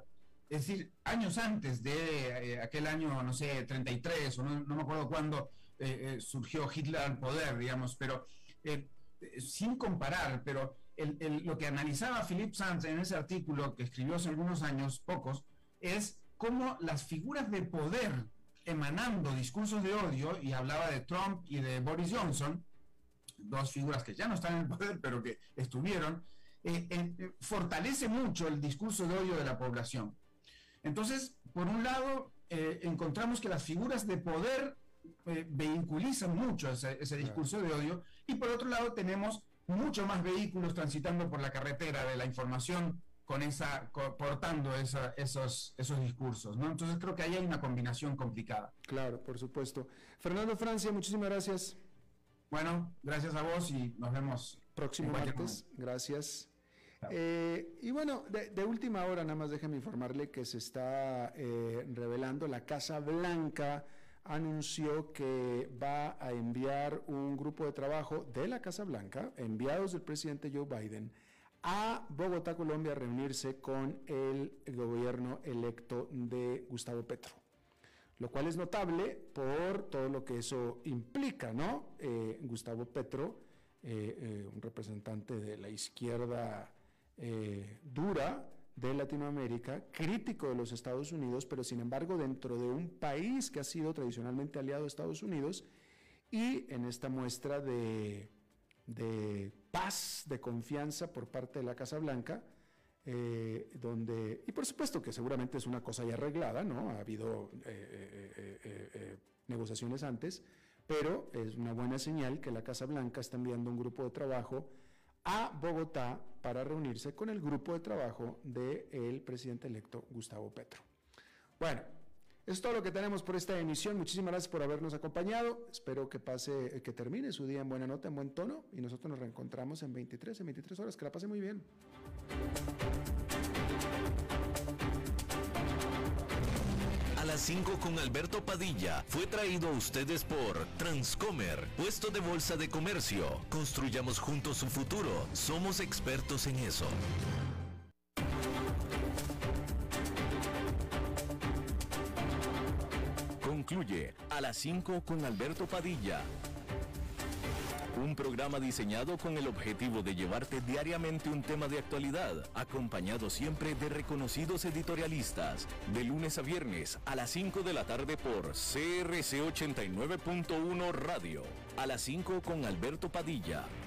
es decir, años antes de aquel año, no sé, 33, o no me acuerdo cuándo surgió Hitler al poder, digamos, pero sin comparar, pero lo que analizaba Philippe Sands en ese artículo que escribió hace algunos años, pocos, es cómo las figuras de poder emanando discursos de odio, y hablaba de Trump y de Boris Johnson, dos figuras que ya no están en el poder, pero que estuvieron, fortalece mucho el discurso de odio de la población. Entonces, por un lado, encontramos que las figuras de poder vehiculizan mucho ese discurso de odio, y por otro lado tenemos mucho más vehículos transitando por la carretera de la información portando esos discursos, ¿no? Entonces creo que ahí hay una combinación complicada. Claro, por supuesto. Fernando Francia, muchísimas gracias. Bueno, gracias a vos y nos vemos próximo martes. Gracias. Y bueno, de última hora, nada más déjeme informarle que se está revelando, la Casa Blanca anunció que va a enviar un grupo de trabajo de la Casa Blanca, enviados del presidente Joe Biden, a Bogotá, Colombia, a reunirse con el gobierno electo de Gustavo Petro. Lo cual es notable por todo lo que eso implica, ¿no? Gustavo Petro, un representante de la izquierda dura de Latinoamérica, crítico de los Estados Unidos, pero sin embargo dentro de un país que ha sido tradicionalmente aliado de Estados Unidos, y en esta muestra de paz, de confianza por parte de la Casa Blanca, y por supuesto que seguramente es una cosa ya arreglada, ¿no? Ha habido negociaciones antes, pero es una buena señal que la Casa Blanca está enviando un grupo de trabajo a Bogotá para reunirse con el grupo de trabajo del presidente electo Gustavo Petro. Bueno, es todo lo que tenemos por esta emisión. Muchísimas gracias por habernos acompañado. Espero que termine su día en buena nota, en buen tono, y nosotros nos reencontramos en 23 horas. Que la pase muy bien. A las 5 con Alberto Padilla fue traído a ustedes por Transcomer, puesto de bolsa de comercio. Construyamos juntos su futuro. Somos expertos en eso. Concluye A las 5 con Alberto Padilla. Un programa diseñado con el objetivo de llevarte diariamente un tema de actualidad, acompañado siempre de reconocidos editorialistas, de lunes a viernes a las 5 de la tarde por CRC 89.1 Radio. A las 5 con Alberto Padilla.